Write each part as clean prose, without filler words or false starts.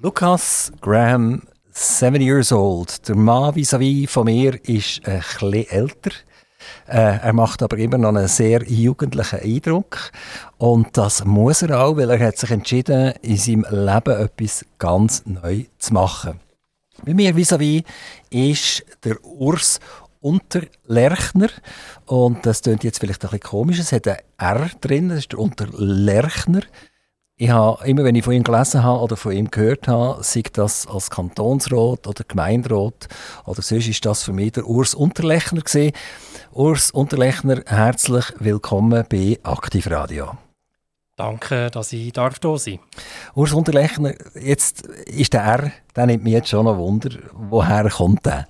Lucas Graham, 7 years old. Der Mann vis-à-vis von mir ist ein bisschen älter. Er macht aber immer noch einen sehr jugendlichen Eindruck. Und das muss er auch, weil er hat sich entschieden, in seinem Leben etwas ganz neu zu machen. Bei mir vis-à-vis ist der Urs Unterlerchner. Und das klingt jetzt vielleicht ein bisschen komisch. Es hat ein R drin, das ist der Unterlerchner. Ich habe, immer wenn ich von ihm gelesen habe oder von ihm gehört habe, sei das als Kantonsrat oder Gemeinderat oder sonst ist das für mich der Urs Unterlechner gewesen. Urs Unterlechner, herzlich willkommen bei Aktivradio. Danke, dass ich da sein darf. Urs Unterlechner, jetzt ist der R, der nimmt mich jetzt schon ein Wunder. Woher kommt der?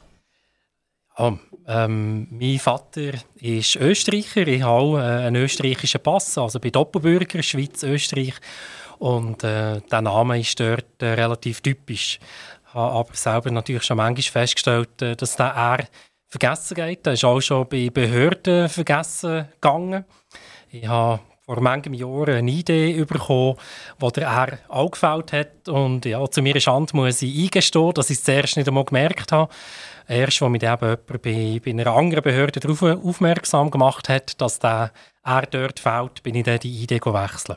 Mein Vater ist Österreicher. Ich habe auch einen österreichischen Pass, also bin Doppelbürger, Schweiz, Österreich. Und der Name ist dort relativ typisch. Ich habe aber selber natürlich schon manchmal festgestellt, dass der R vergessen geht. Der ist auch schon bei Behörden vergessen gegangen. Ich habe vor manchem Jahr eine Idee bekommen, die der R auch gefällt hat. Und ja, zu meiner Schande muss ich eingestehen, dass ich es zuerst nicht einmal gemerkt habe. Erst, als mich eben jemand bei einer anderen Behörde darauf aufmerksam gemacht hat, dass der R dort fehlt, bin ich dann die Idee wechseln.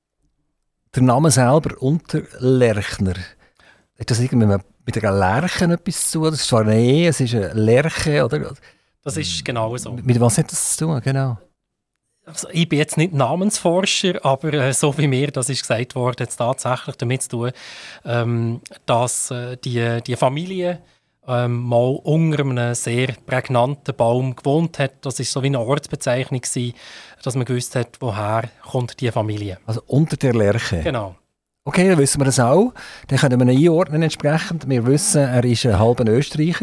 Der Name selber, Unterlerchner, hat das irgendwie mit einer Lerche etwas zu tun? Das ist zwar eine E, es ist eine Lerche, oder? Das ist genau so. Mit was hat das zu tun, genau? Also, ich bin jetzt nicht Namensforscher, aber so wie mir das ist gesagt worden, hat es tatsächlich damit zu tun, dass die Familie mal unter einem sehr prägnanten Baum gewohnt hat. Das war so wie eine Ortsbezeichnung, dass man gewusst hat, woher kommt die Familie. Also unter der Lerche? Genau. Okay, dann wissen wir das auch. Dann können wir ihn einordnen entsprechend. Wir wissen, er ist ein halber Österreicher.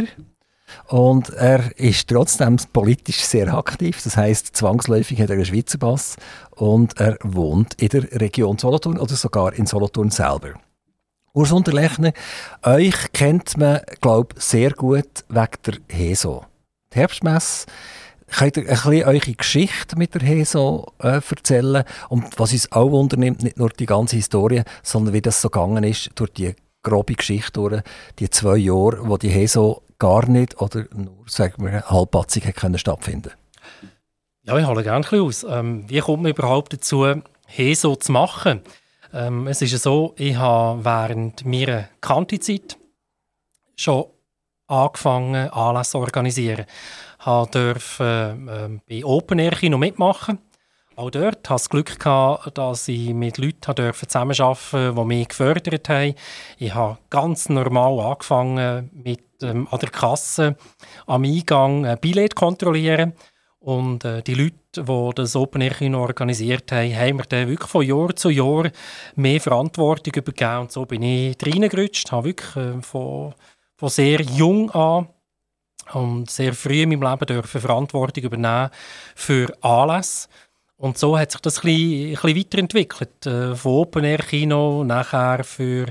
Und er ist trotzdem politisch sehr aktiv. Das heisst, zwangsläufig hat er einen Schweizer Pass. Und er wohnt in der Region Solothurn oder sogar in Solothurn selber. Urs Unterlechner, euch kennt man, glaube ich, sehr gut wegen der HESO. Die Herbstmesse. Könnt ihr ein bisschen eure Geschichte mit der HESO erzählen? Und was uns auch wundernimmt, nicht nur die ganze Historie, sondern wie das so gegangen ist durch die grobe Geschichte, durch die 2 Jahre, wo die HESO gar nicht oder nur, sagen wir, halbpatzig stattfinden konnte. Ja, ich hole gerne ein bisschen aus. Wie kommt man überhaupt dazu, HESO zu machen? Es ist ja so, ich habe während meiner Kantizeit schon angefangen, Anlässe zu organisieren. Ich durfte bei Open Air Kino mitmachen. Auch dort hatte ich das Glück gehabt, dass ich mit Leuten zusammenarbeiten durfte, die mich gefördert haben. Ich habe ganz normal angefangen, mit an der Kasse am Eingang ein Billett zu kontrollieren. Und die Leute, die das Open Air Kino organisiert haben, haben mir dann wirklich von Jahr zu Jahr mehr Verantwortung übergeben. Und so bin ich reingerutscht, habe wirklich von sehr jung an und sehr früh in meinem Leben dürfen Verantwortung übernehmen für Anlässe. Und so hat sich das ein bisschen weiterentwickelt. Von Open Air Kino nachher für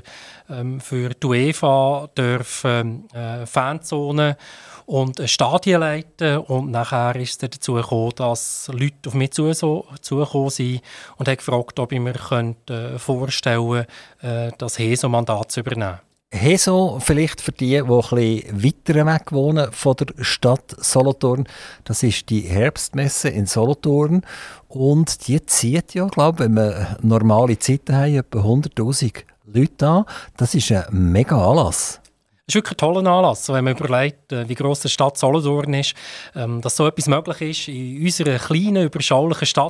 die UEFA dürfen Fanzonen und Stadien leiten. Und nachher ist es dazu gekommen, dass Leute auf mich zugekommen sind und haben gefragt, ob ich mir vorstellen könnte, das HESO-Mandat zu übernehmen. HESO, vielleicht für die ein bisschen weiter weg wohnen von der Stadt Solothurn, das ist die Herbstmesse in Solothurn und die zieht ja, glaube ich, wenn wir normale Zeiten haben, etwa 100'000 Leute an. Das ist ein mega Anlass. Das ist wirklich ein toller Anlass, wenn man überlegt, wie gross die Stadt Solothurn ist, dass so etwas möglich ist in unserer kleinen, überschaulichen Stadt.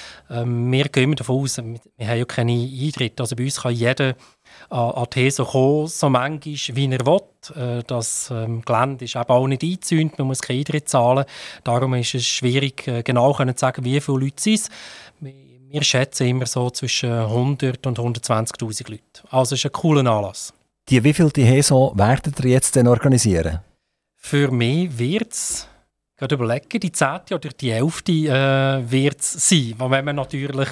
Wir gehen immer davon aus, wir haben ja keine Eintritte, also bei uns kann jeder an die HESO kommen, so manchmal, wie er will. Das Gelände ist eben auch nicht eingezäunt, man muss keinen Eintritt zahlen. Darum ist es schwierig, genau zu sagen, wie viele Leute es sind. Wir schätzen immer so zwischen 100 und 120'000 Leute. Also es ist ein cooler Anlass. Wie viel die HESO werdet ihr jetzt denn organisieren? Für mich wird es, gerade überlegen, die 10. oder die 11. wird es sein, wenn man natürlich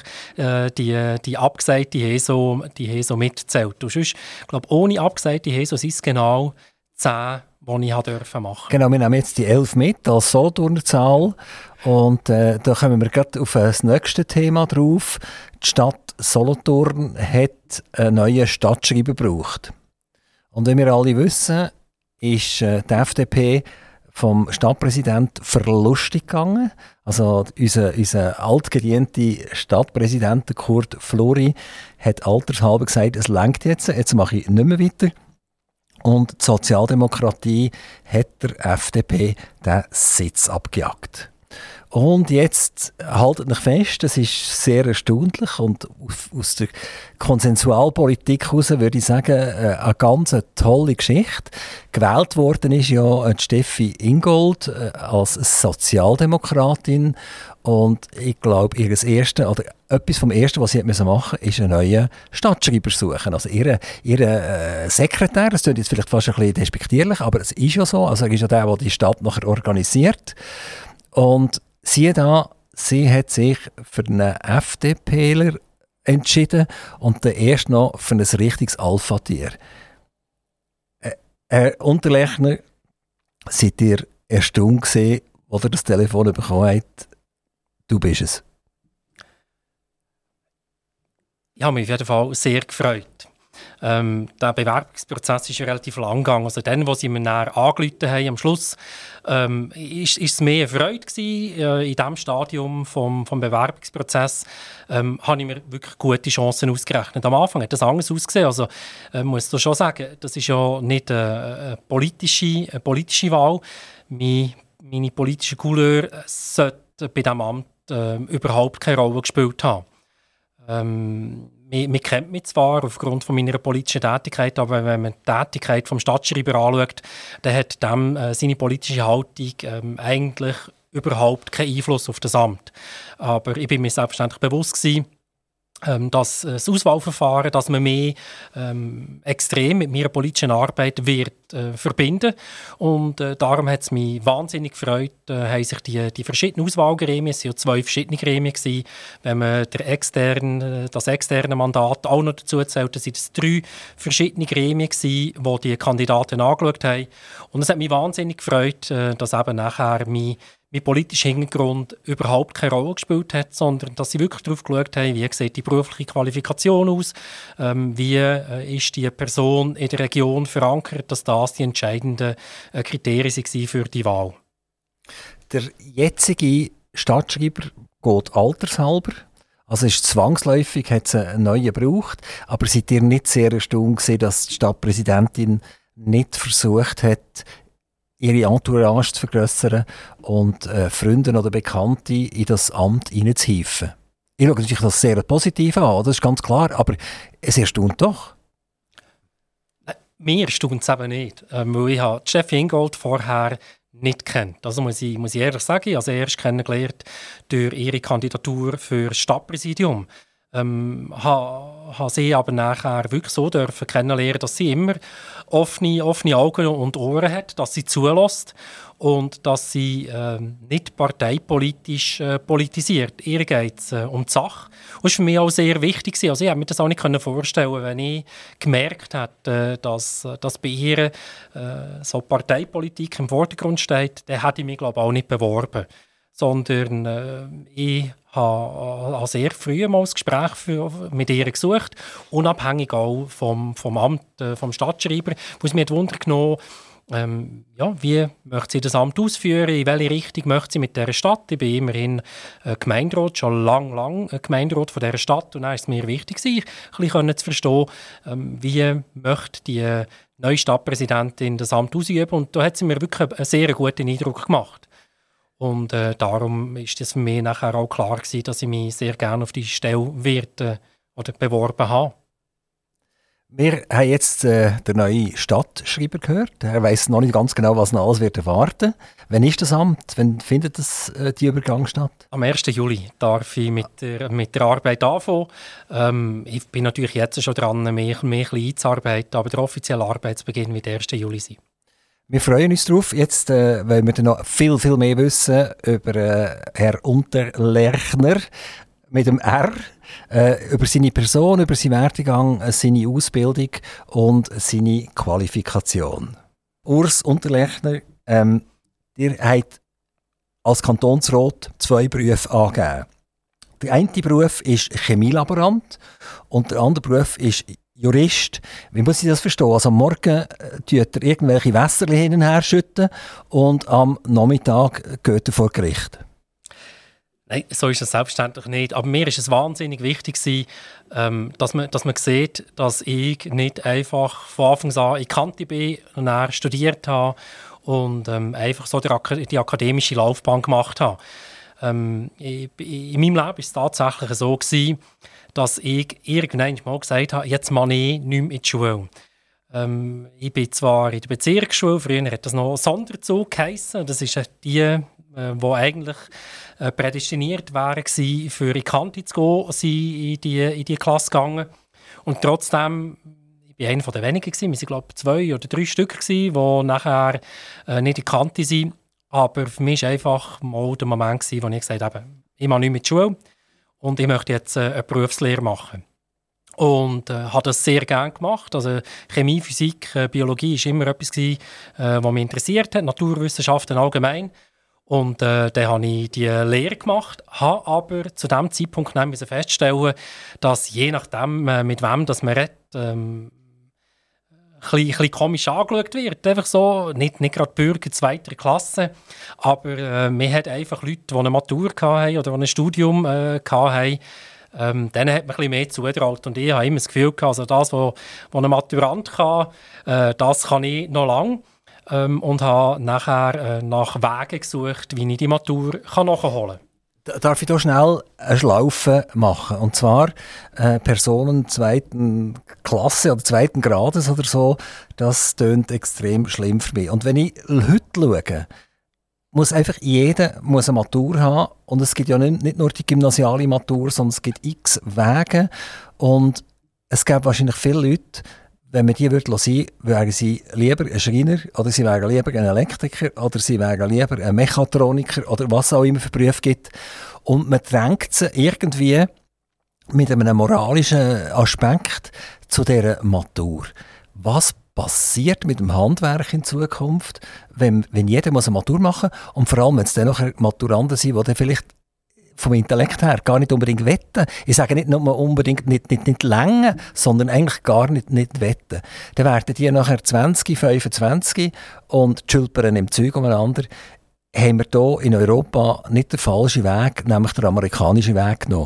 die abgesagte HESO mitzählt. Und sonst, ich glaube, ohne abgesagte HESO sind es genau 10, die ich machen durfte. Genau, wir nehmen jetzt die 11 mit als Solothurner Zahl. Und da kommen wir gerade auf das nächste Thema drauf. Die Stadt Solothurn hat einen neuen Stadtschreiber gebraucht. Und wie wir alle wissen, ist die FDP vom Stadtpräsidenten verlustig gegangen. Also unser altgedienter Stadtpräsident Kurt Fluri hat altershalber gesagt, es reicht jetzt mache ich nicht mehr weiter. Und die Sozialdemokratie hat der FDP den Sitz abgejagt. Und jetzt haltet euch fest, das ist sehr erstaunlich und aus der Konsensualpolitik heraus würde ich sagen, eine ganz tolle Geschichte. Gewählt worden ist ja Steffi Ingold als Sozialdemokratin und ich glaube, etwas vom Ersten, was sie machen musste, ist einen neuen Stadtschreiber suchen. Also ihr Sekretär, das klingt jetzt vielleicht fast ein bisschen despektierlich, aber es ist ja so, also er ist ja der die Stadt nachher organisiert. Und siehe da, sie hat sich für einen FDPler entschieden und dann erst noch für ein richtiges Alpha-Tier. Herr Unterlechner, seid ihr erstaunt gewesen, als ihr das Telefon bekommen habt? Du bist es. Ich habe mich auf jeden Fall sehr gefreut. Der Bewerbungsprozess ist ja relativ lang gegangen. Also dann, als sie mir angerufen haben, am Schluss, ist es mehr eine Freude gewesen. In diesem Stadium vom Bewerbungsprozess habe ich mir wirklich gute Chancen ausgerechnet. Am Anfang hat das anders ausgesehen. Also muss ich schon sagen, das ist ja nicht eine politische Wahl. Meine politische Couleur sollte bei diesem Amt überhaupt keine Rolle gespielt haben. Man kennt mich zwar aufgrund von meiner politischen Tätigkeit, aber wenn man die Tätigkeit des Stadtschreibers anschaut, dann hat dem seine politische Haltung eigentlich überhaupt keinen Einfluss auf das Amt. Aber ich bin mir selbstverständlich bewusst gewesen, dass das Auswahlverfahren, dass man mehr extrem mit meiner politischen Arbeit wird verbinden. Und darum hat es mich wahnsinnig gefreut, haben sich die verschiedenen Auswahlgremien, es waren ja 2 verschiedene Gremien gewesen, wenn man das externe Mandat auch noch dazu zählt, sind es 3 verschiedene Gremien gewesen, die die Kandidaten angeschaut haben. Und es hat mich wahnsinnig gefreut, dass eben nachher mein politischer Hintergrund überhaupt keine Rolle gespielt hat, sondern dass sie wirklich darauf geschaut haben, wie sieht die berufliche Qualifikation aus, wie ist die Person in der Region verankert, dass das die entscheidenden Kriterien waren für die Wahl. Der jetzige Stadtschreiber geht altershalber, also ist zwangsläufig, hat es einen neuen gebraucht, aber seid ihr nicht sehr erstaunt gewesen, dass die Stadtpräsidentin nicht versucht hat, ihre Entourage zu vergrössern und Freunde oder Bekannte in das Amt hineinzuhieven? Ich schaue natürlich das sehr positiv an, das ist ganz klar, aber es erstaunt doch. Mir erstaunt es eben nicht, weil ich habe Steffi Ingold vorher nicht kennt. Also muss ich ehrlich sagen, ich habe sie erst kennengelernt durch ihre Kandidatur für das Stadtpräsidium. Habe sie aber nachher wirklich so dürfen kennenlernen, dass sie immer offene Augen und Ohren hat, dass sie zulässt und dass sie nicht parteipolitisch politisiert. Ihr geht es um die Sache. Und das war für mich auch sehr wichtig. Also ich konnte mir das auch nicht vorstellen, wenn ich gemerkt hätte, dass bei ihr so Parteipolitik im Vordergrund steht, dann hätte ich mich, glaube ich, auch nicht beworben. Sondern ich habe sehr früh mal das Gespräch mit ihr gesucht, unabhängig auch vom Amt, vom Stadtschreiber, wo es mir Wunder genommen, wie möchte sie das Amt ausführen, in welche Richtung möchte sie mit dieser Stadt. Ich bin immerhin Gemeinderat, schon lang Gemeinderat von dieser Stadt, und dann ist es mir wichtig, ein bisschen zu verstehen, wie möchte die neue Stadtpräsidentin das Amt ausüben, und da hat sie mir wirklich einen sehr guten Eindruck gemacht. Und darum ist es für mich nachher auch klar gewesen, dass ich mich sehr gerne auf die Stelle beworben habe. Wir haben jetzt den neuen Stadtschreiber gehört. Er weiss noch nicht ganz genau, was noch alles wird erwarten. Wann ist das Amt? Wann findet die Übergang statt? Am 1. Juli darf ich mit der Arbeit anfangen. Ich bin natürlich jetzt schon dran, mehr einzuarbeiten, aber der offizielle Arbeitsbeginn wird 1. Juli sein. Wir freuen uns darauf, jetzt, weil wir dann noch viel, viel mehr wissen über Herrn Unterlechner mit dem R, über seine Person, über seinen Werdegang, seine Ausbildung und seine Qualifikation. Urs Unterlechner, ihr habt als Kantonsrat 2 Berufe angegeben. Der eine Beruf ist Chemielaborant und der andere Beruf ist Jurist, wie muss ich das verstehen? Also am Morgen tut er irgendwelche Wässerchen hin und her schütten und am Nachmittag geht er vor Gericht. Nein, so ist es selbstverständlich nicht. Aber mir ist es wahnsinnig wichtig, dass man sieht, dass ich nicht einfach von Anfang an in Kante bin und dann studiert habe und einfach so die akademische Laufbahn gemacht habe. In meinem Leben war es tatsächlich so, dass ich irgendwann mal gesagt habe, jetzt mache ich nicht mehr in die Schule. Ich bin zwar in der Bezirksschule, früher hat das noch Sonderzug geheissen. Das ist die eigentlich prädestiniert waren, für in die Kante zu gehen, sind in die Klasse gegangen. Und trotzdem, ich war einer der wenigen, wir waren glaube ich 2 oder 3 Stück, die nachher nicht in die Kante sind. Aber für mich war einfach mal der Moment, wo ich gesagt habe, ich mache nicht mehr in die Schule und ich möchte jetzt eine Berufslehre machen. Und habe das sehr gerne gemacht. Also Chemie, Physik, Biologie war immer etwas, was mich interessiert hat, Naturwissenschaften allgemein. Und dann habe ich die Lehre gemacht, habe aber zu diesem Zeitpunkt feststellen, dass je nachdem, mit wem das man redet, ein bisschen komisch angeschaut wird. Einfach so, nicht gerade Bürger zweiter Klasse, aber man hat einfach Leute, die eine Matur hatten oder die ein Studium hatten, denen hat man ein bisschen mehr zugetraut. Und ich habe immer das Gefühl gehabt, also das, was ein Maturant kann, das kann ich noch lange. Und habe nachher nach Wegen gesucht, wie ich die Matur nachholen kann. Darf ich da schnell eine Schlaufe machen? Und zwar Personen 2. Klasse oder 2. Grades oder so, das tönt extrem schlimm für mich. Und wenn ich heute schaue, muss einfach jeder eine Matur haben. Und es gibt ja nicht nur die gymnasiale Matur, sondern es gibt x Wege. Und es gibt wahrscheinlich viele Leute, wenn man die hören würde, wären sie lieber ein Schreiner oder sie wären lieber ein Elektriker oder sie wären lieber ein Mechatroniker oder was auch immer für Berufe gibt. Und man drängt sie irgendwie mit einem moralischen Aspekt zu dieser Matur. Was passiert mit dem Handwerk in Zukunft, wenn jeder eine Matur machen muss und vor allem, wenn es dann noch Maturanten sind, die dann vielleicht vom Intellekt her gar nicht unbedingt wetten. Ich sage nicht nur unbedingt nicht länger, sondern eigentlich gar nicht wetten. Dann werden die nachher 20, 25 und schulpern im Zeug umeinander. Haben wir hier in Europa nicht den falschen Weg, nämlich den amerikanischen Weg genommen?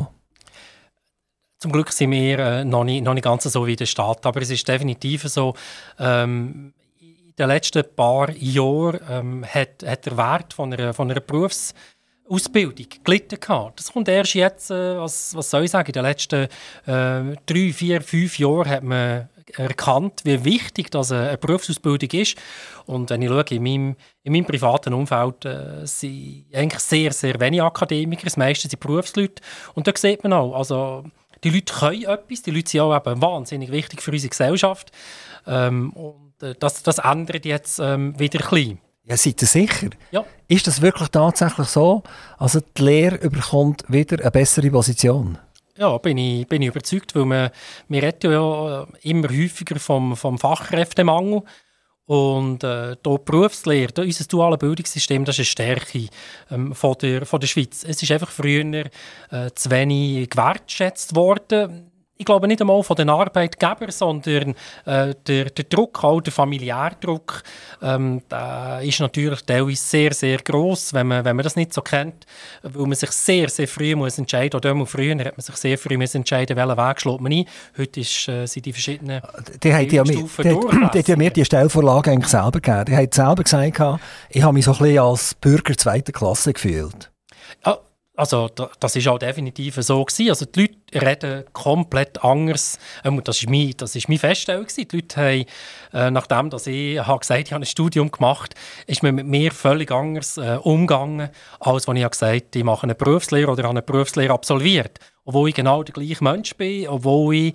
Zum Glück sind wir noch nicht ganz so wie der Staat, aber es ist definitiv so, in den letzten paar Jahren hat der Wert von einer Berufsausbildung gelitten gehabt. Das kommt erst jetzt, was soll ich sagen, in den letzten 3, 4, 5 Jahren hat man erkannt, wie wichtig das eine Berufsausbildung ist. Und wenn ich schaue, in meinem privaten Umfeld sind eigentlich sehr, sehr wenige Akademiker, das meiste sind Berufsleute. Und da sieht man auch, also die Leute können etwas, die Leute sind auch eben wahnsinnig wichtig für unsere Gesellschaft. Und das ändert jetzt wieder ein bisschen. Ja, seid ihr sicher? Ja. Ist das wirklich tatsächlich so? Also die Lehre bekommt wieder eine bessere Position? Ja, bin ich überzeugt, weil wir reden ja immer häufiger vom Fachkräftemangel. Und die Berufslehre, unser duales Bildungssystem, das ist eine Stärke von der Schweiz. Es ist einfach früher zu wenig gewertschätzt worden. Ich glaube nicht einmal von den Arbeitgebern, sondern der Druck, auch der Familiärdruck, der ist natürlich teilweise sehr, sehr gross, wenn man das nicht so kennt, weil man sich sehr, sehr früh muss entscheiden muss. Oder früher hat man sich sehr früh entscheiden, welchen Weg schlägt man ein. Heute sind die verschiedenen Stufen durch. Die haben mir die Stellvorlage eigentlich selber gegeben. Die haben selber gesagt, ich habe mich so ein bisschen als Bürger 2. Klasse gefühlt. Ja. Also das war auch definitiv so gewesen. Also die Leute reden komplett anders. Das war meine Feststellung gewesen. Die Leute haben, nachdem dass ich gesagt habe, ich habe ein Studium gemacht, ist man mit mir völlig anders umgegangen, als wenn ich gesagt habe, ich mache eine Berufslehre oder habe eine Berufslehre absolviert. Obwohl ich genau der gleiche Mensch bin, obwohl ich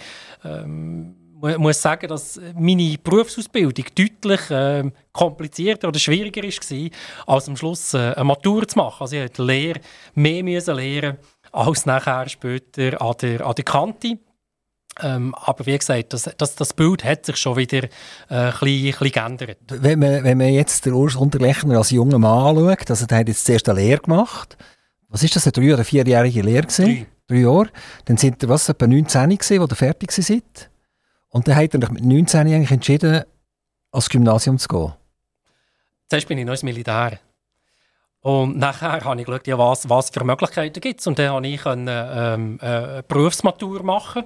muss sagen, dass meine Berufsausbildung deutlich komplizierter oder schwieriger war, als am Schluss eine Matur zu machen. Also ich musste die Lehre mehr lernen, als nachher später an der Kante. Aber wie gesagt, das Bild hat sich schon wieder ein bisschen geändert. Wenn man jetzt den Urs Unterlechner als junger Mann anschaut, also der hat jetzt zuerst eine Lehre gemacht. Was ist das, eine 3- oder 4-jährige Lehre gewesen? 3 Jahre. Dann sind ihr etwa 19 gewesen, als ihr fertig seid. Und dann hat er mit 19 eigentlich entschieden, ans Gymnasium zu gehen. Zuerst bin ich noch ins Militär. Und nachher habe ich geschaut, ja, was für Möglichkeiten gibt es. Und dann konnte ich eine Berufsmatur machen.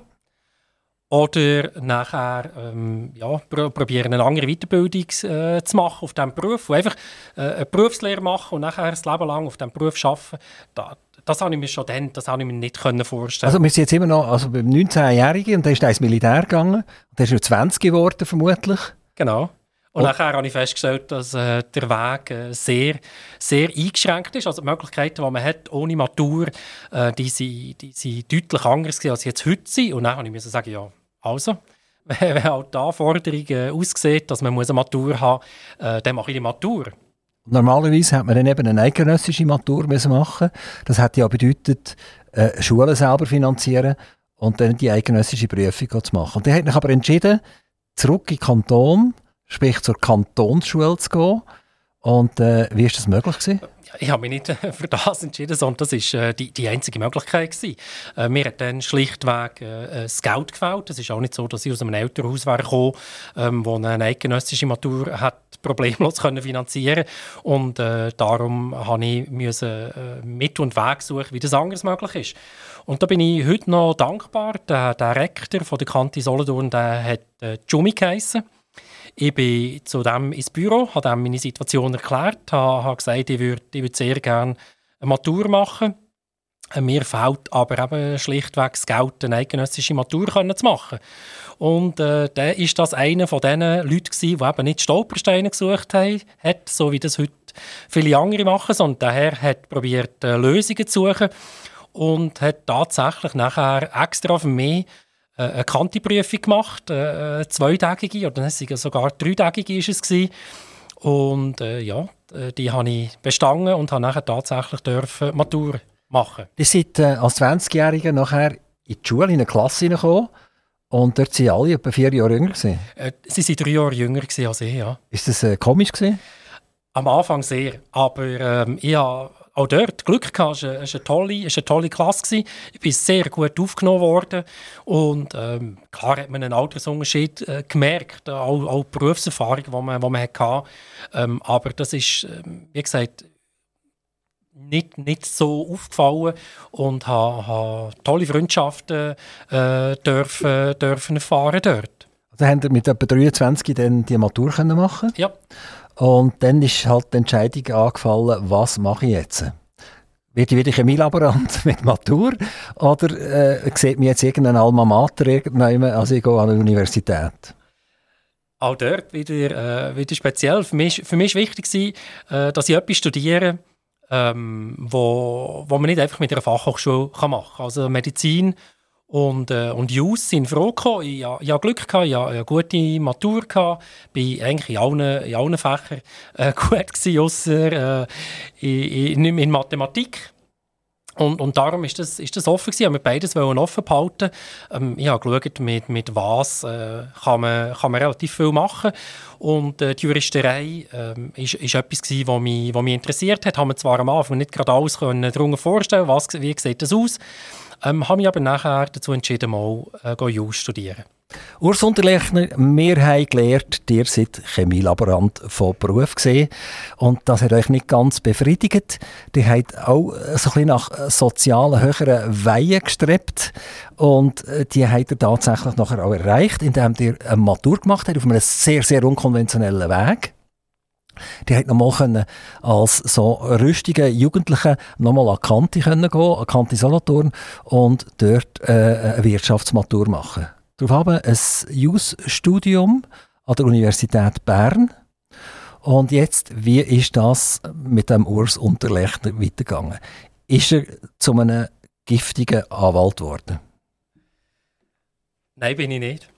Oder nachher probieren, eine andere Weiterbildung zu machen auf diesem Beruf. Und einfach eine Berufslehre machen und nachher das Leben lang auf diesem Beruf arbeiten. Das habe ich mir schon dann, das habe ich mir nicht vorstellen. Also wir sind jetzt immer noch beim 19-Jährigen und dann ist er ins Militär gegangen. Und dann ist er 20 geworden, vermutlich. Genau. Und nachher habe ich festgestellt, dass der Weg sehr, sehr eingeschränkt ist. Also die Möglichkeiten, die man hat ohne Matur, die sind deutlich anders als sie jetzt heute sind. Und dann musste ich sagen, ja, also, wenn halt die Anforderung aussieht, dass man eine Matur haben muss, dann mache ich die Matur. Normalerweise hat man dann eben eine eidgenössische Matur machen. Das hat ja bedeutet, Schulen selber finanzieren und dann die eidgenössische Prüfung zu machen. Und der hat sich aber entschieden, zurück in den Kanton, sprich zur Kantonsschule zu gehen. Und wie war das möglich gewesen? Ich habe mich nicht für das entschieden, sondern das war die einzige Möglichkeit gewesen. Mir hat dann schlichtweg das Geld gefällt. Es ist auch nicht so, dass ich aus einem Elternhaus gekommen wo eine eidgenössische Matur hat problemlos finanzieren und darum musste ich Mittel und Weg suchen, wie das anders möglich ist. Und da bin ich heute noch dankbar. Der Rektor von der Kante Solothurn, der hat Jumi geheissen. Ich bin zu dem ins Büro, habe ihm meine Situation erklärt, habe gesagt, ich würde sehr gerne eine Matur machen. Mir fehlt aber eben schlichtweg das Geld, eine eidgenössische Matur zu machen. Und dann war das einer von diesen Leuten, die eben nicht Stolpersteine gesucht hat, so wie das heute viele andere machen, sondern der Herr hat probiert, Lösungen zu suchen und hat tatsächlich nachher extra für mich eine Kanti-Prüfung gemacht, eine zweitägige, oder sogar dreitägige ist es gewesen. Und die habe ich bestanden und habe nachher tatsächlich Matur machen. Ihr seid als 20-Jähriger nachher in die Schule, in eine Klasse hineingekommen und dort waren alle etwa 4 Jahre jünger gewesen. Sie waren 3 Jahre jünger als ich, ja. Ist das komisch gewesen? Am Anfang sehr, aber ich habe auch dort Glück gehabt. Es war eine tolle Klasse. Ich bin sehr gut aufgenommen worden. Und klar hat man einen Altersunterschied gemerkt, auch die Berufserfahrung, die man hatte. Aber das ist, wie gesagt, nicht so aufgefallen und habe tolle Freundschaften dürfen erfahren dort. Also haben Sie mit etwa 23 dann die Matur machen? Ja. Und dann ist halt die Entscheidung angefallen, was mache ich jetzt? Werde ich wieder Chemielaborant mit Matur oder sieht mir jetzt irgendein Alma Mater irgendwann, also ich gehe an die Universität? Auch dort wieder speziell. Für mich war wichtig, dass ich etwas studiere, wo man nicht einfach mit einer Fachhochschule machen kann. Also Medizin und Jus sind froh gekommen. Ich hatte Glück gehabt, ich hatte eine gute Matur gehabt, bin eigentlich in allen Fächern gut gewesen, ausser in Mathematik. Und darum ist das offen gewesen. Wir beides wollen offen behalten. Ich habe geschaut, mit was kann man relativ viel machen. Und die Juristerei ist etwas gewesen, was mich interessiert hat. Haben wir zwar am Anfang nicht gerade alles darunter vorstellen, wie sieht das aus. Habe mich aber nachher dazu entschieden, mal Jus studieren. Urs Unterlechner, wir haben gelernt, ihr seid Chemielaborant von Beruf gesehen und das hat euch nicht ganz befriedigt. Ihr habt auch so ein bisschen nach sozialen, höheren Weihen gestrebt und die habt ihr tatsächlich nachher auch erreicht, indem ihr eine Matur gemacht habt auf einem sehr, sehr unkonventionellen Weg. Die hat nochmal als so rüstiger Jugendlicher nochmal an Kante gehen, an Kante Solothurn und dort eine Wirtschaftsmatur machen. Darauf ein Jus-Studium an der Universität Bern. Und jetzt, wie ist das mit dem Urs Unterlechner weitergegangen? Ist er zu einem giftigen Anwalt geworden? Nein, bin ich nicht.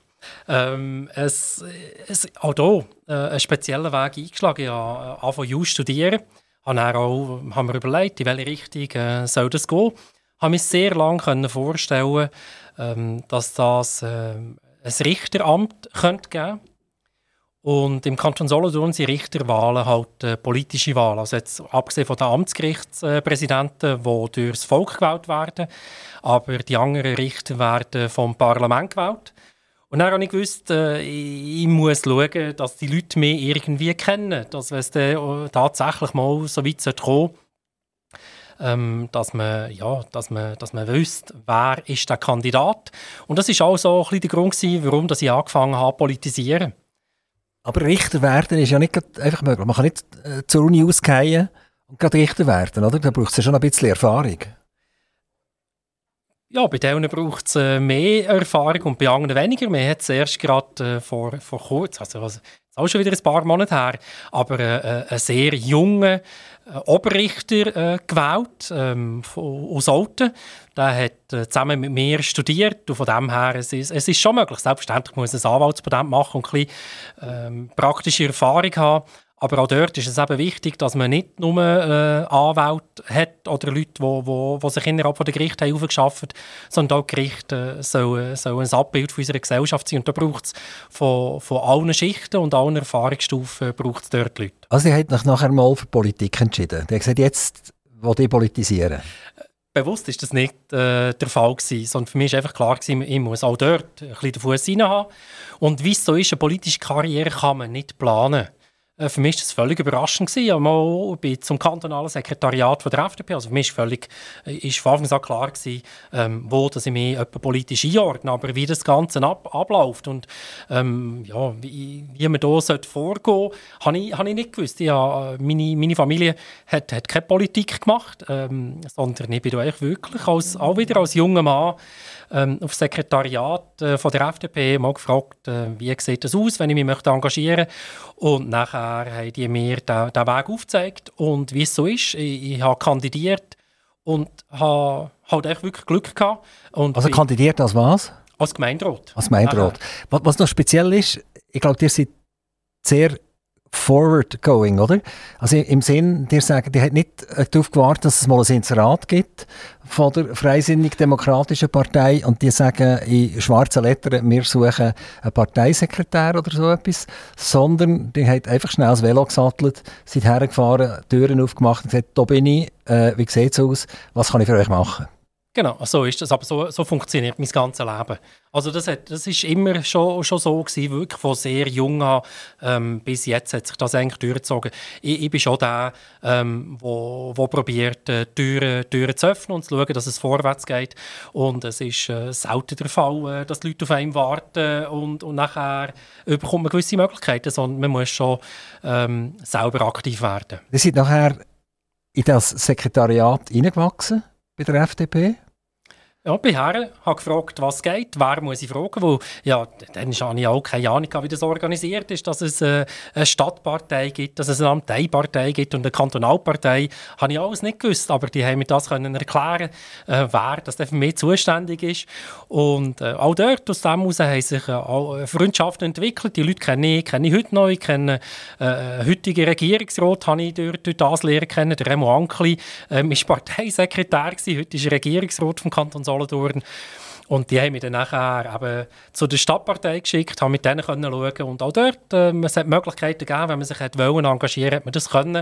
Auch hier einen speziellen Weg eingeschlagen. Ich habe angefangen Jus studieren. Haben wir überlegt, in welche Richtung soll das gehen. Ich konnte mir sehr lange vorstellen, dass das ein Richteramt geben könnte. Und im Kanton Solothurn sind Richterwahlen halt politische Wahlen. Also jetzt, abgesehen von den Amtsgerichtspräsidenten, die durch das Volk gewählt werden, aber die anderen Richter werden vom Parlament gewählt. Und dann habe ich gewusst, ich muss schauen, dass die Leute mich irgendwie kennen. Dass, wenn es dann tatsächlich mal so weit kommen dass man wüsste, wer ist der Kandidat. Und das war auch so ein bisschen der Grund, warum ich angefangen habe zu politisieren. Aber Richter werden ist ja nicht einfach möglich. Man kann nicht zur Uni ausgehen und gerade Richter werden, oder? Da braucht es ja schon ein bisschen Erfahrung. Ja, bei denen braucht es mehr Erfahrung und bei anderen weniger. Wir haben es erst gerade vor kurzem, also auch schon wieder ein paar Monate her, aber einen sehr jungen Oberrichter gewählt aus Olten. Der hat zusammen mit mir studiert und von dem her, es ist schon möglich. Selbstverständlich muss ein Anwaltspatent machen und ein bisschen praktische Erfahrung haben. Aber auch dort ist es eben wichtig, dass man nicht nur Anwälte hat oder Leute, die sich innerhalb der Gerichte haben aufgeschafft haben, sondern auch die Gerichte sollen ein Abbild von unserer Gesellschaft sein. Und da braucht es von allen Schichten und allen Erfahrungsstufen braucht es dort Leute. Also, ihr habt euch nachher mal für Politik entschieden. Ihr habt gesagt, jetzt will ich politisieren. Bewusst war das nicht der Fall gewesen, sondern für mich war einfach klar gewesen, ich muss auch dort ein bisschen den Fuss rein haben. Und wie es so ist, eine politische Karriere kann man nicht planen. Für mich war das völlig überraschend. Ich bin zum kantonalen Sekretariat von der FDP. Also für mich war von Anfang an klar gewesen, wo dass ich mich politisch einordne. Aber wie das Ganze abläuft und wie man da vorgehen sollte, habe ich nicht gewusst. Meine Familie hat keine Politik gemacht, sondern ich bin da eigentlich wirklich auch wieder als junger Mann auf das Sekretariat von der FDP mal gefragt, wie sieht das aus, wenn ich mich engagieren möchte. Und nachher haben die mir den Weg aufgezeigt. Und wie es so ist, ich habe kandidiert und habe halt echt wirklich Glück gehabt. Und also kandidiert als was? Als Gemeinderat. Als Gemeinderat. Was noch speziell ist, ich glaube, ihr seid sehr forward-going, oder? Also im Sinn, die sagen, die hat nicht darauf gewartet, dass es mal ein Inserat gibt von der Freisinnig-Demokratischen Partei und die sagen in schwarzen Lettern, wir suchen einen Parteisekretär oder so etwas, sondern die hat einfach schnell das Velo gesattelt, sind hergefahren, Türen aufgemacht und gesagt, da bin ich, wie sieht es aus, was kann ich für euch machen? Genau, so ist das. Aber so funktioniert mein ganzes Leben. Also das ist immer schon so gewesen, wirklich von sehr jung an bis jetzt hat sich das eigentlich durchgezogen. Ich bin schon der, wo probiert, Türen zu öffnen und zu schauen, dass es vorwärts geht. Und es ist selten der Fall, dass die Leute auf einen warten und nachher bekommt man gewisse Möglichkeiten, sondern man muss schon selber aktiv werden. Ihr seid nachher in das Sekretariat hineingewachsen bei der FDP? Ja, ich bin her, habe gefragt, was geht, wer muss ich fragen, weil ja, dann habe ich auch keine Ahnung, wie das organisiert ist, dass es eine Stadtpartei gibt, dass es eine Amteipartei gibt und eine Kantonalpartei, habe ich alles nicht gewusst, aber die haben mir das können erklären, wer das für mich zuständig ist. Und auch dort, aus dem heraus, haben sich auch Freundschaften entwickelt, die Leute kenne ich heute noch, ich kenne heutigen Regierungsrat, habe ich durch das lernen kennen, der Remo Ankli, war Parteisekretär gewesen, heute ist er Regierungsrat vom Kanton Solothurn. Und die haben mich dann nachher eben zu der Stadtpartei geschickt, haben mit denen schauen. Und auch dort, es hat Möglichkeiten gegeben, wenn man sich engagieren wollte, hat man das können.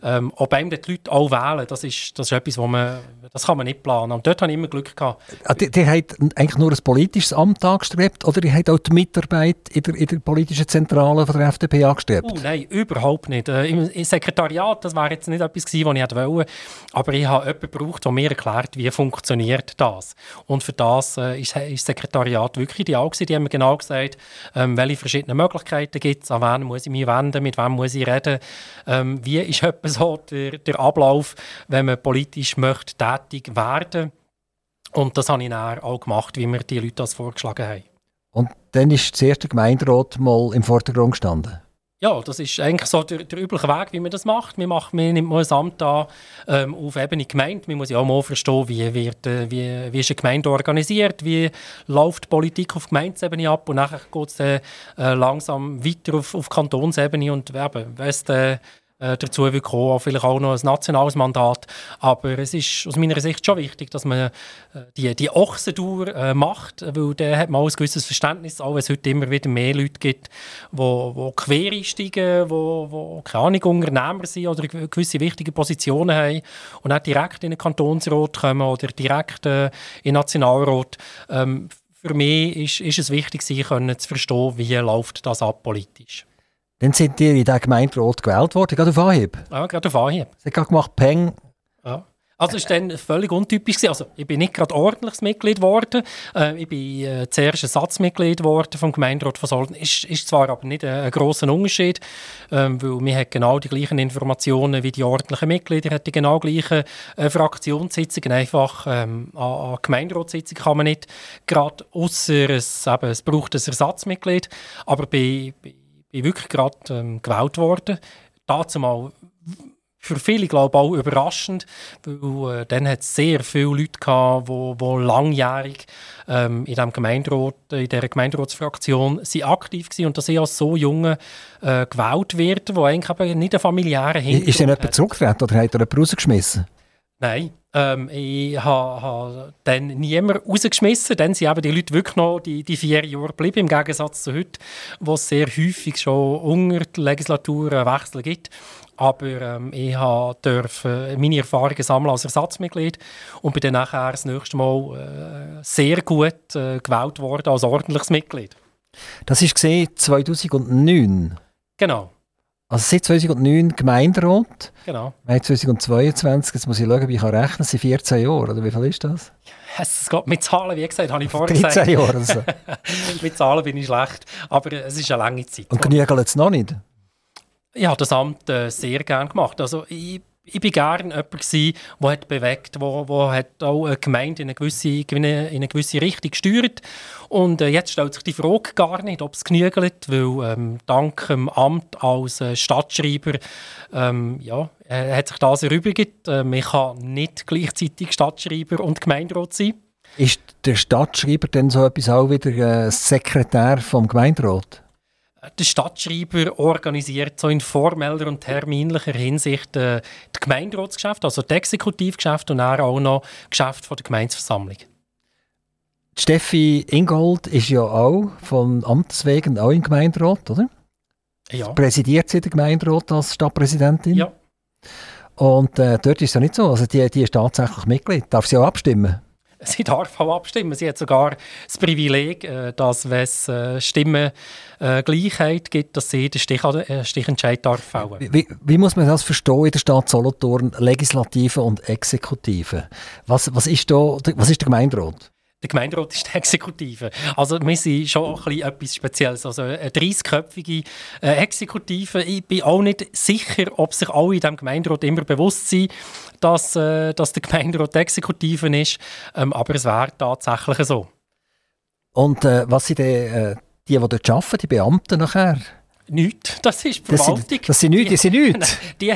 Ob einem die Leute auch wählen, das ist etwas, das kann man nicht planen. Und dort habe ich immer Glück gehabt. Die haben eigentlich nur ein politisches Amt angestrebt oder die haben auch die Mitarbeit in der politischen Zentrale von der FDP angestrebt? Nein, überhaupt nicht. Im Sekretariat, das wäre jetzt nicht etwas gewesen, was ich hätte wollen. Aber ich habe jemanden gebraucht, der mir erklärt, wie funktioniert das. Und für das ist das Sekretariat wirklich ideal gewesen. Die haben mir genau gesagt, welche verschiedenen Möglichkeiten gibt es, an wen muss ich mich wenden, mit wem muss ich reden. Wie ist etwa so der Ablauf, wenn man politisch möchte tätig werden. Und das habe ich dann auch gemacht, wie mir die Leute das vorgeschlagen haben. Und dann ist das erste Gemeinderat mal im Vordergrund gestanden? Ja, das ist eigentlich so der übliche Weg, wie man das macht. Man nimmt mal ein Amt an, auf Ebene Gemeinde. Man muss ja auch mal verstehen, wie ist eine Gemeinde organisiert, wie läuft die Politik auf Gemeindesebene ab und nachher geht es langsam weiter auf Kantonsebene und wenn es dazu will kommen, vielleicht auch noch ein nationales Mandat. Aber es ist aus meiner Sicht schon wichtig, dass man die Ochsentour macht, weil dann hat man auch ein gewisses Verständnis, auch wenn es heute immer wieder mehr Leute gibt, die quer einsteigen, die keine Ahnung, Unternehmer sind oder gewisse wichtige Positionen haben und auch direkt in den Kantonsrat kommen oder direkt in den Nationalrat. für mich ist es wichtig, zu verstehen, wie läuft das ab politisch. Dann sind ihr in diesen Gemeinderat gewählt worden, gerade auf Anhieb? Ja, gerade auf Anhieb. Sie haben gerade gemacht, Peng. Ja. Also es war dann völlig untypisch. Also, ich bin nicht gerade ordentliches Mitglied geworden. Ich bin zuerst Ersatzmitglied geworden vom Gemeinderat von Solothurn. Ist zwar aber nicht ein grosser Unterschied, weil wir hat genau die gleichen Informationen wie die ordentlichen Mitglieder, hat die genau gleichen Fraktionssitzungen. Einfach an Gemeinderatssitzungen kann man nicht gerade, ausser es braucht ein Ersatzmitglied. Aber bin wirklich gerade gewählt worden. Dazu mal für viele, glaube ich, auch überraschend, weil dann hat es sehr viele Leute gehabt, die langjährig in dieser Gemeinderatsfraktion aktiv waren und dass ich als so Junge gewählt werde, der eigentlich eben nicht einen familiären Hintergrund hat. Ist denn jemand zurückgetreten oder hat er jemand rausgeschmissen? Nein, ich habe dann niemanden rausgeschmissen. Dann sind eben die Leute wirklich noch die 4 Jahre geblieben, im Gegensatz zu heute, wo es sehr häufig schon unter der Legislatur einen Wechsel gibt. Aber ich durfte meine Erfahrungen sammeln als Ersatzmitglied und bin dann nachher das nächste Mal sehr gut gewählt worden als ordentliches Mitglied. Das war 2009? Genau. Also seit 2009 Gemeinderat? Genau. Wir haben 2022, jetzt muss ich schauen, wie ich rechnen kann, es sind 14 Jahre, oder wie viel ist das? Es geht mit Zahlen, wie gesagt, habe ich vorher gesagt. 13 Jahre oder so. Mit Zahlen bin ich schlecht, aber es ist eine lange Zeit. Und genügelt es noch nicht? Ich habe das Amt sehr gerne gemacht. Also ich war gerne jemand, der hat bewegt, der hat auch eine Gemeinde in eine gewisse Richtung gesteuert. Und jetzt stellt sich die Frage gar nicht, ob es genügt, weil dank dem Amt als Stadtschreiber hat sich das erübrigt. Man kann nicht gleichzeitig Stadtschreiber und Gemeinderat sein. Ist der Stadtschreiber dann so etwas auch wieder Sekretär vom Gemeinderat? Der Stadtschreiber organisiert so in formeller und terminlicher Hinsicht die Gemeinderatsgeschäfte, also die Exekutivgeschäfte und dann auch noch Geschäfte der Gemeindeversammlung. Steffi Ingold ist ja auch von Amtes wegen auch im Gemeinderat, oder? Ja. Präsidiert sie den Gemeinderat als Stadtpräsidentin? Ja. Und dort ist es ja nicht so, also die ist tatsächlich Mitglied. Darf sie auch abstimmen? Sie darf auch abstimmen. Sie hat sogar das Privileg, dass, wenn es Stimmengleichheit gibt, dass sie den Stichentscheid darf fällen. Wie muss man das verstehen in der Stadt Solothurn, Legislative und Exekutive? Was ist der Gemeinderat? Der Gemeinderat ist die Exekutive. Also wir sind schon ein bisschen etwas Spezielles. Also eine 30-köpfige Exekutive. Ich bin auch nicht sicher, ob sich alle in diesem Gemeinderat immer bewusst sind, dass der Gemeinderat die Exekutive ist. Aber es wäre tatsächlich so. Und was sind die dort arbeiten, die Beamten nachher? Nichts. Das ist die Verwaltung. Das sind nichts, die sind nichts. Die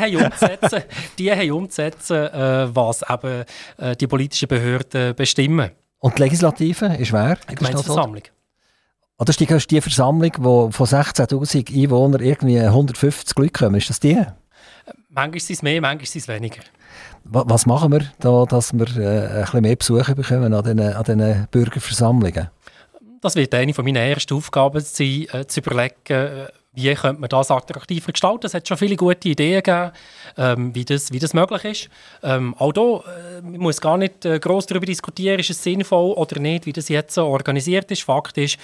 haben umzusetzen, was eben die politischen Behörden bestimmen. Und die Legislative ist wer? Die Gemeindeversammlung. Oder ist die Versammlung, die von 16'000 Einwohnern irgendwie 150 Leute kommen? Ist das die? Manchmal ist es mehr, manchmal ist es weniger. Was machen wir da, dass wir ein bisschen mehr Besucher bekommen an diesen Bürgerversammlungen? Das wird eine meiner ersten Aufgaben sein, zu überlegen, wie könnte man das attraktiver gestalten. Es hat schon viele gute Ideen gegeben, wie das möglich ist. Auch hier, man muss gar nicht gross darüber diskutieren, ist es sinnvoll oder nicht, wie das jetzt organisiert ist. Fakt ist,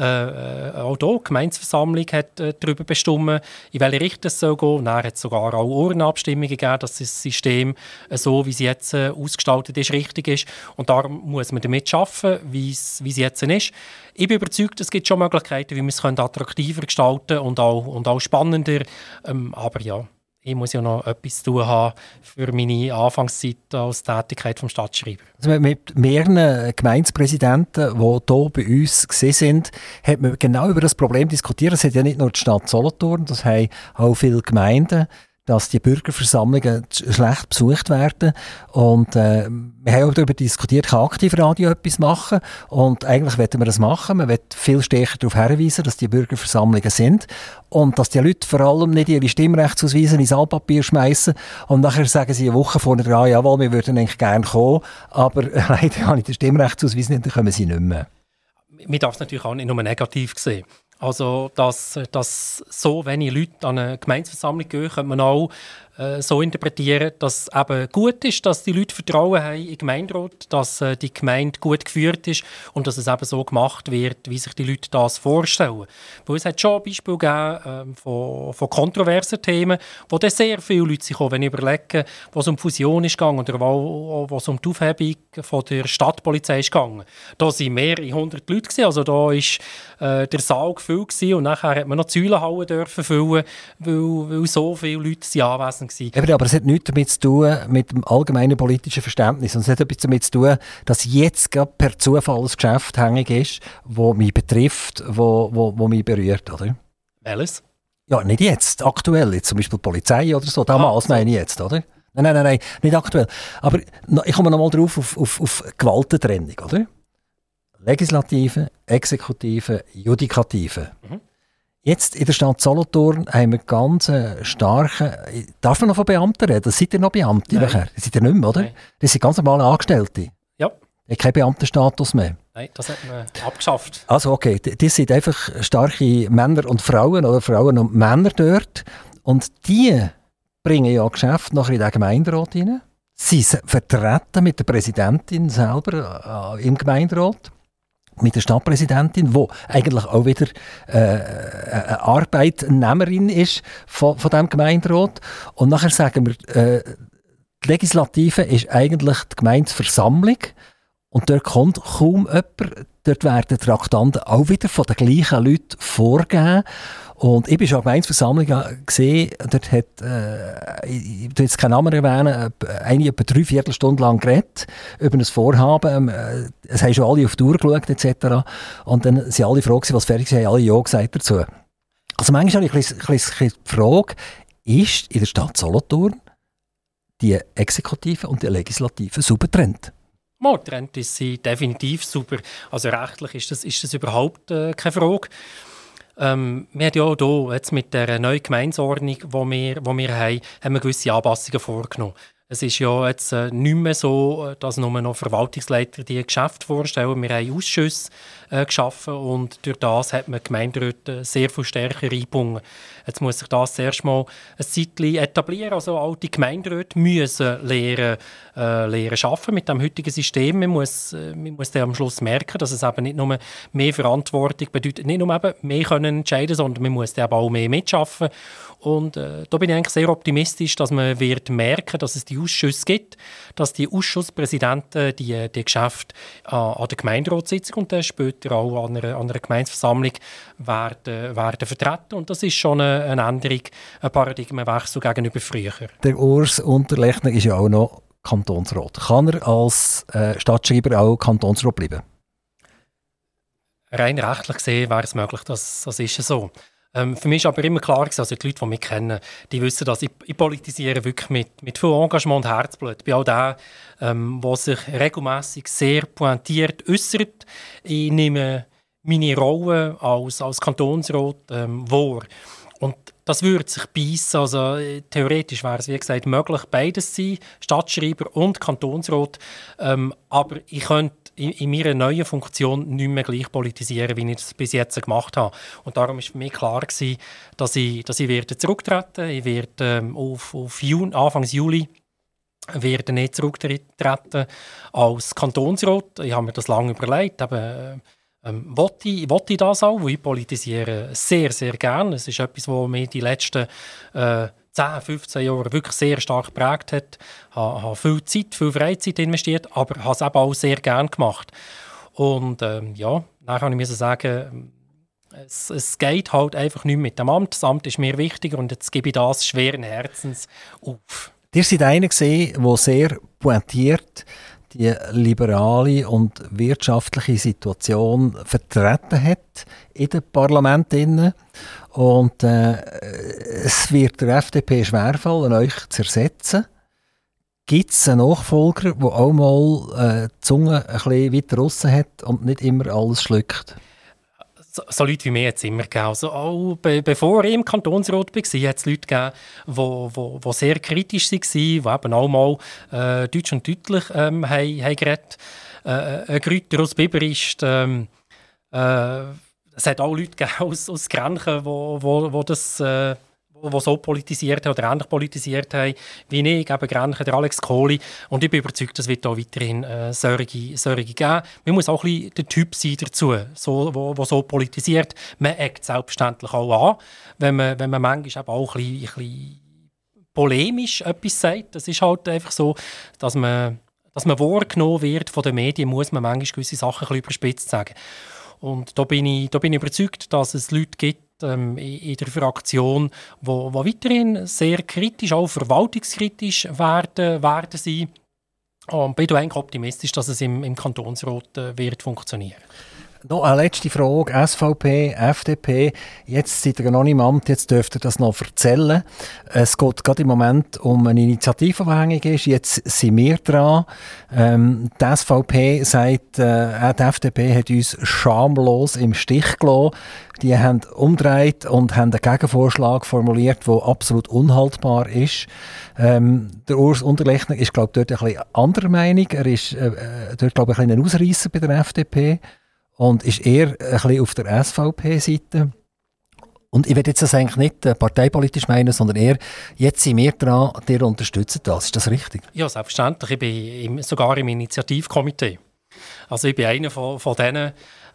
auch hier, die Gemeindeversammlung hat darüber bestimmt, in welche Richtung es soll gehen. Dann hat es sogar auch Urnenabstimmungen gegeben, dass das System, so wie es jetzt ausgestaltet ist, richtig ist. Und darum muss man damit arbeiten, wie es jetzt ist. Ich bin überzeugt, es gibt schon Möglichkeiten, wie wir es attraktiver gestalten und auch spannender. Aber ja, ich muss ja noch etwas zu tun haben für meine Anfangszeit als Tätigkeit vom Stadtschreiber. Also mit mehreren Gemeindepräsidenten, die hier bei uns sind, hat man genau über das Problem diskutiert. Es hat ja nicht nur die Stadt Solothurn, das haben auch viele Gemeinden, dass die Bürgerversammlungen schlecht besucht werden. Und wir haben auch darüber diskutiert, kann Aktivradio etwas machen? Und eigentlich wollten wir das machen. Man will viel stärker darauf hinweisen, dass die Bürgerversammlungen sind und dass die Leute vor allem nicht ihre Stimmrechtsausweise ins Altpapier schmeißen und nachher sagen sie eine Woche vorher dran, jawohl, wir würden eigentlich gerne kommen, aber leider habe ich den Stimmrechtsausweis nicht, dann kommen sie nicht mehr. Man darf es natürlich auch nicht nur negativ sehen. Also, dass so wenige Leute an eine Gemeindeversammlung gehen, könnte man auch so interpretieren, dass es eben gut ist, dass die Leute Vertrauen haben in den Gemeinderat, dass die Gemeinde gut geführt ist und dass es eben so gemacht wird, wie sich die Leute das vorstellen. Weil es hat schon Beispiele gegeben von kontroversen Themen, wo dann sehr viele Leute sich auch, wenn ich überlege, wo es um Fusion ist gegangen oder wo es um die Aufhebung von der Stadtpolizei ist gegangen. Da waren mehrere 100 Leute gewesen, also da war der Saal gefüllt gewesen, und nachher hat man noch die Säulenhalle dürfen füllen, weil so viele Leute anwesend waren. Aber es hat nichts damit zu tun, mit dem allgemeinen politischen Verständnis. Und es hat etwas damit zu tun, dass jetzt gerade per Zufall ein Geschäft hängig ist, das mich betrifft, wo mich berührt, oder? Welches? Ja, nicht jetzt, aktuell. Jetzt zum Beispiel die Polizei oder so. Damals meine ich jetzt, oder? Nein, nicht aktuell. Aber ich komme nochmal drauf auf Gewaltentrennung, oder? Legislative, Exekutive, Judikative. Mhm. Jetzt in der Stadt Solothurn haben wir ganz starke... Darf man noch von Beamten reden? Seid ihr noch Beamte nachher? Das seid ihr nicht mehr, oder? Nein. Das sind ganz normale Angestellte. Ja. Ihr habt keinen Beamtenstatus mehr. Nein, das hat man abgeschafft. Also okay, das sind einfach starke Männer und Frauen oder Frauen und Männer dort. Und die bringen ja Geschäfte nachher in den Gemeinderat rein. Sie vertreten mit der Präsidentin selber im Gemeinderat. Mit der Stadtpräsidentin, die eigentlich auch wieder eine Arbeitnehmerin ist von diesem Gemeinderat. Und nachher sagen wir, die Legislative ist eigentlich die Gemeindeversammlung und dort kommt kaum jemand. Dort werden Traktanten auch wieder von den gleichen Leuten vorgegeben. Und ich war schon an der Gemeindeversammlung gesehen, dort hat, ich will jetzt keinen Namen erwähnen, eine etwa 3/4 Stunde lang geredet über ein Vorhaben. Es haben schon alle auf die Uhr geschaut etc. Und dann sind alle froh gewesen, was fertig ist, haben alle Ja gesagt dazu. Also manchmal habe ich ein bisschen die Frage, ist in der Stadt Solothurn die Exekutive und die Legislative sauber getrennt? Mal getrennt ist sie definitiv super. Also rechtlich ist das überhaupt keine Frage. Wir haben ja auch hier, jetzt mit der neuen Gemeindeordnung, die wir haben wir gewisse Anpassungen vorgenommen. Es ist ja jetzt nicht mehr so, dass nur noch Verwaltungsleiter die Geschäfte vorstellen. Wir haben Ausschüsse geschaffen und durch das hat man die Gemeinderäte sehr viel stärker eingebunden. Jetzt muss sich das zuerst mal ein Zeitchen etablieren. Also auch die Gemeinderäte müssen lernen arbeiten mit dem heutigen System. Man muss dann am Schluss merken, dass es eben nicht nur mehr Verantwortung bedeutet, nicht nur eben mehr können entscheiden, sondern man muss dann auch mehr mitschaffen. Und da bin ich eigentlich sehr optimistisch, dass man wird merken, dass es die Ausschüsse gibt, dass die Ausschusspräsidenten die Geschäfte an der Gemeinderatssitzung und dann später auch an einer Gemeindeversammlung werden vertreten. Und das ist schon eine Änderung, ein Paradigmenwechsel gegenüber früher. Der Urs Unterlechner ist ja auch noch Kantonsrat. Kann er als Stadtschreiber auch Kantonsrat bleiben? Rein rechtlich gesehen wäre es möglich, das ist so. Für mich ist aber immer klar gewesen, also die Leute, die mich kennen, die wissen, dass ich politisiere wirklich mit viel Engagement und Herzblut. Ich bin auch der, der sich regelmässig sehr pointiert äußert. Ich nehme meine Rolle als Kantonsrat wahr. Und das würde sich beißen. Also, theoretisch wäre es, wie gesagt, möglich, beides zu sein, Stadtschreiber und Kantonsrat. Aber ich könnte in meiner neuen Funktion nicht mehr gleich politisieren, wie ich das bis jetzt gemacht habe. Und darum war für mich klar gewesen, dass ich zurücktreten werde. Ich werde Anfang Juli werde nicht zurücktreten als Kantonsrat. Ich habe mir das lange überlegt. Wollte ich das auch, weil ich politisiere sehr, sehr gerne. Es ist etwas, was mich die letzten 10, 15 Jahre wirklich sehr stark geprägt hat. Ich habe viel Zeit, viel Freizeit investiert, aber habe es eben auch sehr gerne gemacht. Und dann kann ich sagen, es geht halt einfach nicht mit dem Amt. Das Amt ist mir wichtiger und jetzt gebe ich das schweren Herzens auf. Ihr seid einer gesehen, der sehr pointiert die liberale und wirtschaftliche Situation vertreten hat in den Parlamenten. Und es wird der FDP schwerfallen, euch zu ersetzen. Gibt es einen Nachfolger, der auch mal die Zunge ein bisschen weiter draussen hat und nicht immer alles schluckt? So Leute wie mir hat es immer gegeben. Also auch bevor ich im Kantonsrat war, hat es Leute gegeben, die sehr kritisch waren, die eben auch mal deutsch und deutlich haben geredet. Ein Grüter aus Biberist. Es hat auch Leute gegeben aus Grenchen, die die so politisiert haben oder ähnlich politisiert haben wie ich, eben Grenchen, der Alex Kohli. Und ich bin überzeugt, es wird auch weiterhin solche geben. Man muss auch ein bisschen der Typ sein dazu, der so politisiert. Man eckt selbstverständlich auch an, wenn man manchmal eben auch ein bisschen polemisch etwas sagt. Das ist halt einfach so, dass man wahrgenommen wird von den Medien, muss man manchmal gewisse Sachen ein bisschen überspitzt sagen. Und da bin ich überzeugt, dass es Leute gibt in der Fraktion, die weiterhin sehr kritisch, auch verwaltungskritisch werden sein. Und bin eigentlich optimistisch, dass es im Kantonsrat wird funktionieren. Noch eine letzte Frage. SVP, FDP, jetzt seid ihr noch nicht im Amt, jetzt dürft ihr das noch erzählen. Es geht gerade im Moment um eine Initiative, die hängig ist. Jetzt sind wir dran. Die SVP sagt, die FDP hat uns schamlos im Stich gelassen. Die haben umgedreht und haben einen Gegenvorschlag formuliert, der absolut unhaltbar ist. Der Urs Unterlechner ist, glaube ich, dort ein bisschen anderer Meinung. Er ist dort, glaube ich, ein bisschen ein Ausreisser bei der FDP. Und ist eher ein bisschen auf der SVP-Seite. Und ich will jetzt das eigentlich nicht parteipolitisch meinen, sondern eher, jetzt sind wir dran, ihr unterstützt das. Ist das richtig? Ja, selbstverständlich. Ich bin sogar im Initiativkomitee. Also ich bin einer von denen,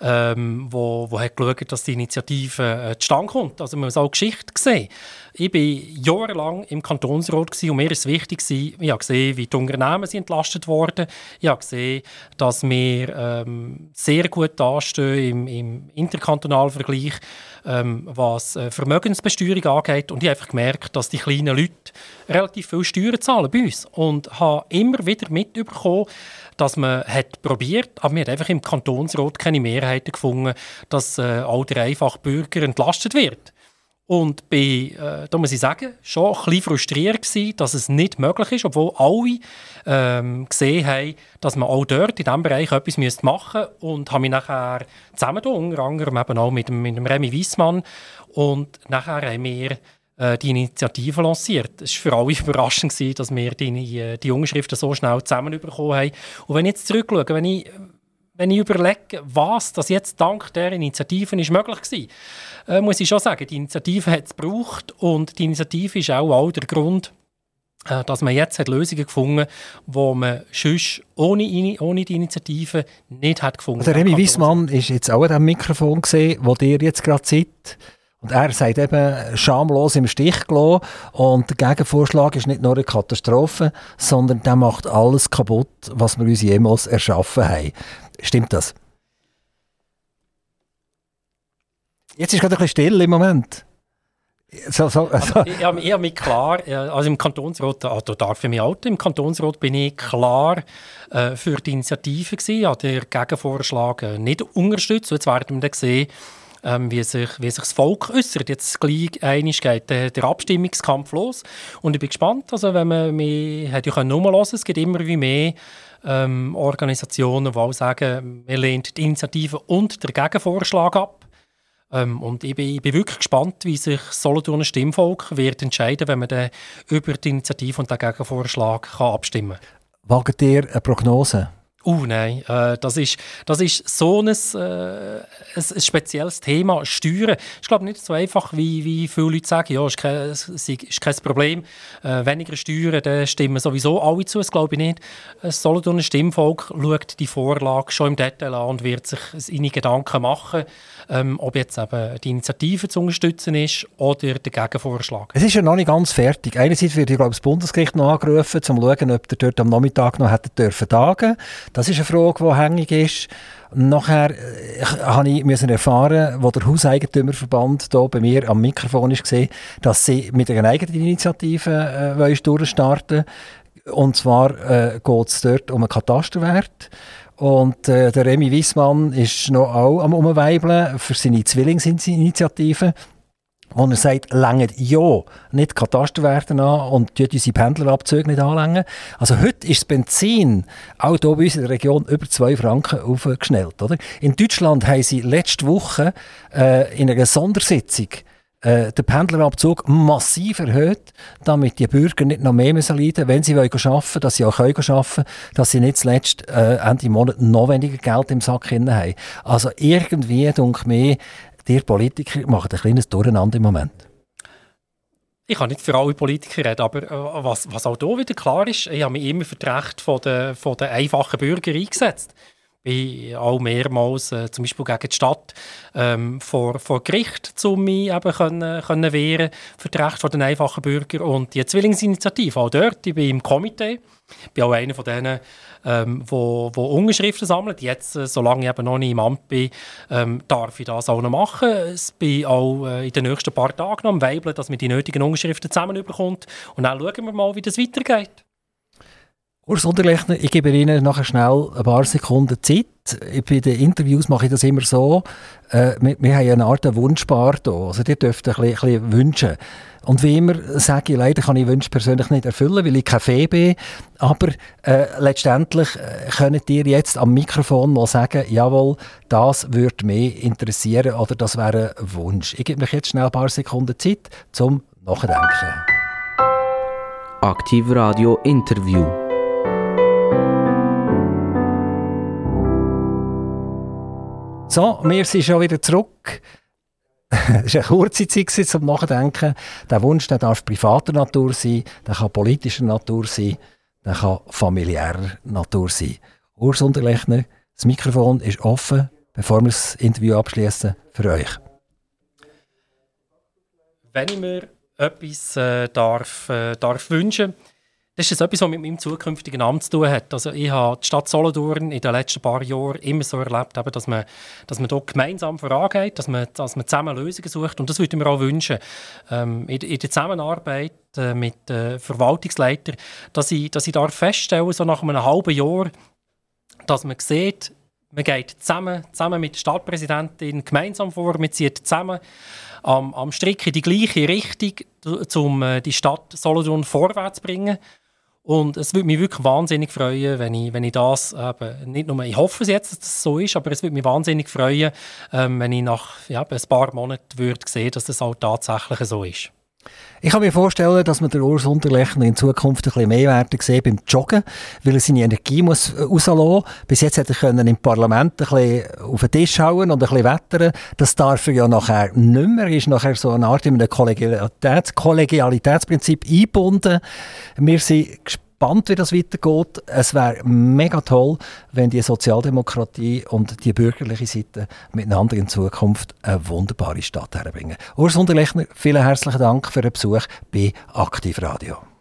wo hat geschaut, dass die Initiative zustande kommt. Also man muss auch Geschichte sehen. Ich war jahrelang im Kantonsrat und mir ist es wichtig, ich habe gesehen, wie die Unternehmen sind entlastet wurden. Ich habe gesehen, dass wir sehr gut dastehen im interkantonalen Vergleich, was Vermögensbesteuerung angeht. Und ich habe einfach gemerkt, dass die kleinen Leute relativ viel Steuern zahlen bei uns. Und habe immer wieder mitbekommen, dass man hat probiert, aber man hat einfach im Kantonsrat keine Mehrheiten gefunden, dass auch der einfache Bürger entlastet wird. Und da muss ich sagen, schon ein bisschen frustriert gewesen, dass es nicht möglich ist, obwohl alle gesehen haben, dass man auch dort in diesem Bereich etwas machen müsste. Und habe mich nachher zusammen, unter anderem eben auch mit dem Remy Weissmann, und nachher haben wir die Initiative lanciert. Es war für alle überraschend, dass wir die Unterschriften so schnell zusammenbekommen haben. Und wenn ich jetzt zurückschaue, wenn ich überlege, was das jetzt dank der Initiativen ist möglich war, muss ich schon sagen, die Initiative hat es gebraucht und die Initiative ist auch der Grund, dass man jetzt Lösungen gefunden hat, die man sonst ohne die Initiative nicht hat gefunden. Der Remy Weissmann war jetzt auch an dem Mikrofon gesehen, wo ihr jetzt gerade seid. Und er sagt eben, schamlos im Stich gelassen. Und der Gegenvorschlag ist nicht nur eine Katastrophe, sondern der macht alles kaputt, was wir uns jemals erschaffen haben. Stimmt das? Jetzt ist gerade ein bisschen still im Moment. Also, ich habe mich klar, also im Kantonsrat, darf ich mich outen, im Kantonsrat bin ich klar für die Initiative gewesen. Ich habe den Gegenvorschlag nicht unterstützt. Jetzt werden wir dann sehen, wie sich das Volk äußert. Jetzt gleich einmal geht der Abstimmungskampf los. Und ich bin gespannt, also wenn man mich hätte ja nur hören, es gibt immer wie mehr Organisationen, die auch sagen, wir lehnen die Initiative und den Gegenvorschlag ab. Und ich bin wirklich gespannt, wie sich das Solothurner Stimmvolk wird entscheiden, wenn man dann über die Initiative und den Gegenvorschlag abstimmen kann. Wagt ihr eine Prognose? Nein, das ist so ein spezielles Thema, Steuern. Ich glaube nicht so einfach, wie viele Leute sagen, ja, ist kein Problem. Weniger Steuern, dann stimmen sowieso alle zu, das glaube ich nicht. Das Solothurner Stimmvolk schaut die Vorlage schon im Detail an und wird sich seine Gedanken machen, ob jetzt eben die Initiative zu unterstützen ist oder der Gegenvorschlag. Es ist ja noch nicht ganz fertig. Einerseits wird, glaube ich, das Bundesgericht noch angerufen, um zu schauen, ob der dort am Nachmittag noch hätte dürfen tagen. Das ist eine Frage, die hängig ist. Nachher musste ich erfahren, wo der Hauseigentümerverband hier bei mir am Mikrofon ist, gesehen, dass sie mit einer eigenen Initiative durchstarten wollen. Und zwar geht es dort um einen Katasterwert. Und der Remy Weissmann ist noch auch am Umweibeln für seine Zwillingsinitiative. Wo er sagt, längert ja nicht Katasterwerte an und unsere Pendlerabzüge nicht anlängen. Also heute ist das Benzin auch hier bei uns in der Region über 2 Franken aufgeschnellt. Oder? In Deutschland haben sie letzte Woche in einer Sondersitzung den Pendlerabzug massiv erhöht, damit die Bürger nicht noch mehr müssen leiden, wenn sie arbeiten wollen, dass sie auch arbeiten können, dass sie nicht zuletzt Ende Monat noch weniger Geld im Sack haben. Also irgendwie, denke ich, die Politiker machen ein kleines Durcheinander im Moment. Ich kann nicht für alle Politiker reden, aber was auch hier wieder klar ist, ich habe mich immer für die Rechte von den einfachen Bürger eingesetzt. Ich bin auch mehrmals, zum Beispiel gegen die Stadt, vor Gericht, um mich eben können wehren für die Rechte der einfachen Bürger. Und die Zwillingsinitiative, auch dort, ich bin im Komitee. Ich bin auch einer von denen, die Unterschriften sammelt. Jetzt, solange ich eben noch nicht im Amt bin, darf ich das auch noch machen. Ich bin auch in den nächsten paar Tagen noch am Weibeln, dass man die nötigen Unterschriften zusammenbekommt. Und dann schauen wir mal, wie das weitergeht. Urs Unterlechner, ich gebe Ihnen nachher schnell ein paar Sekunden Zeit. Bei den Interviews mache ich das immer so. Wir haben eine Art Wunschbar hier. Also ihr dürft ein bisschen wünschen. Und wie immer sage ich, leider kann ich Wünsche persönlich nicht erfüllen, weil ich kein Fee bin. Aber letztendlich könnt ihr jetzt am Mikrofon mal sagen, jawohl, das würde mich interessieren oder das wäre ein Wunsch. Ich gebe euch jetzt schnell ein paar Sekunden Zeit zum Nachdenken. Aktiv Radio Interview. So, wir sind schon wieder zurück. Es war eine kurze Zeit zum Nachdenken. Der Wunsch der darf privater Natur sein, der kann politischer Natur sein, der kann familiärer Natur sein. Urs Unterlechner, das Mikrofon ist offen, bevor wir das Interview abschließen, für euch. Wenn ich mir etwas darf wünschen, das ist etwas, was mit meinem zukünftigen Amt zu tun hat. Also ich habe die Stadt Solothurn in den letzten paar Jahren immer so erlebt, dass man hier gemeinsam vorangeht, dass man zusammen Lösungen sucht. Und das würde ich mir auch wünschen. In der Zusammenarbeit mit Verwaltungsleitern, dass ich feststellen, so nach einem halben Jahr, dass man sieht, man geht zusammen mit der Stadtpräsidentin gemeinsam vor, man zieht zusammen am Strick in die gleiche Richtung, um die Stadt Solothurn vorwärts zu bringen. Und es würde mich wirklich wahnsinnig freuen, wenn ich das eben, nicht nur, ich hoffe es jetzt, dass das so ist, aber es würde mich wahnsinnig freuen, wenn ich nach ein paar Monaten würde sehen, dass das auch tatsächlich so ist. Ich kann mir vorstellen, dass man den Urs Unterlechner in Zukunft ein bisschen mehr Werte sehen beim Joggen, weil er seine Energie muss rauslassen muss. Bis jetzt hätte er im Parlament ein bisschen auf den Tisch hauen und ein bisschen wettern. Das darf er ja nachher nicht mehr. Er ist nachher so eine Art in einem Kollegialitätsprinzip eingebunden. Wir sind gespannt, wie das weitergeht. Es wäre mega toll, wenn die Sozialdemokratie und die bürgerliche Seite miteinander in Zukunft eine wunderbare Stadt herbringen. Urs Unterlechner, vielen herzlichen Dank für den Besuch bei Aktiv Radio.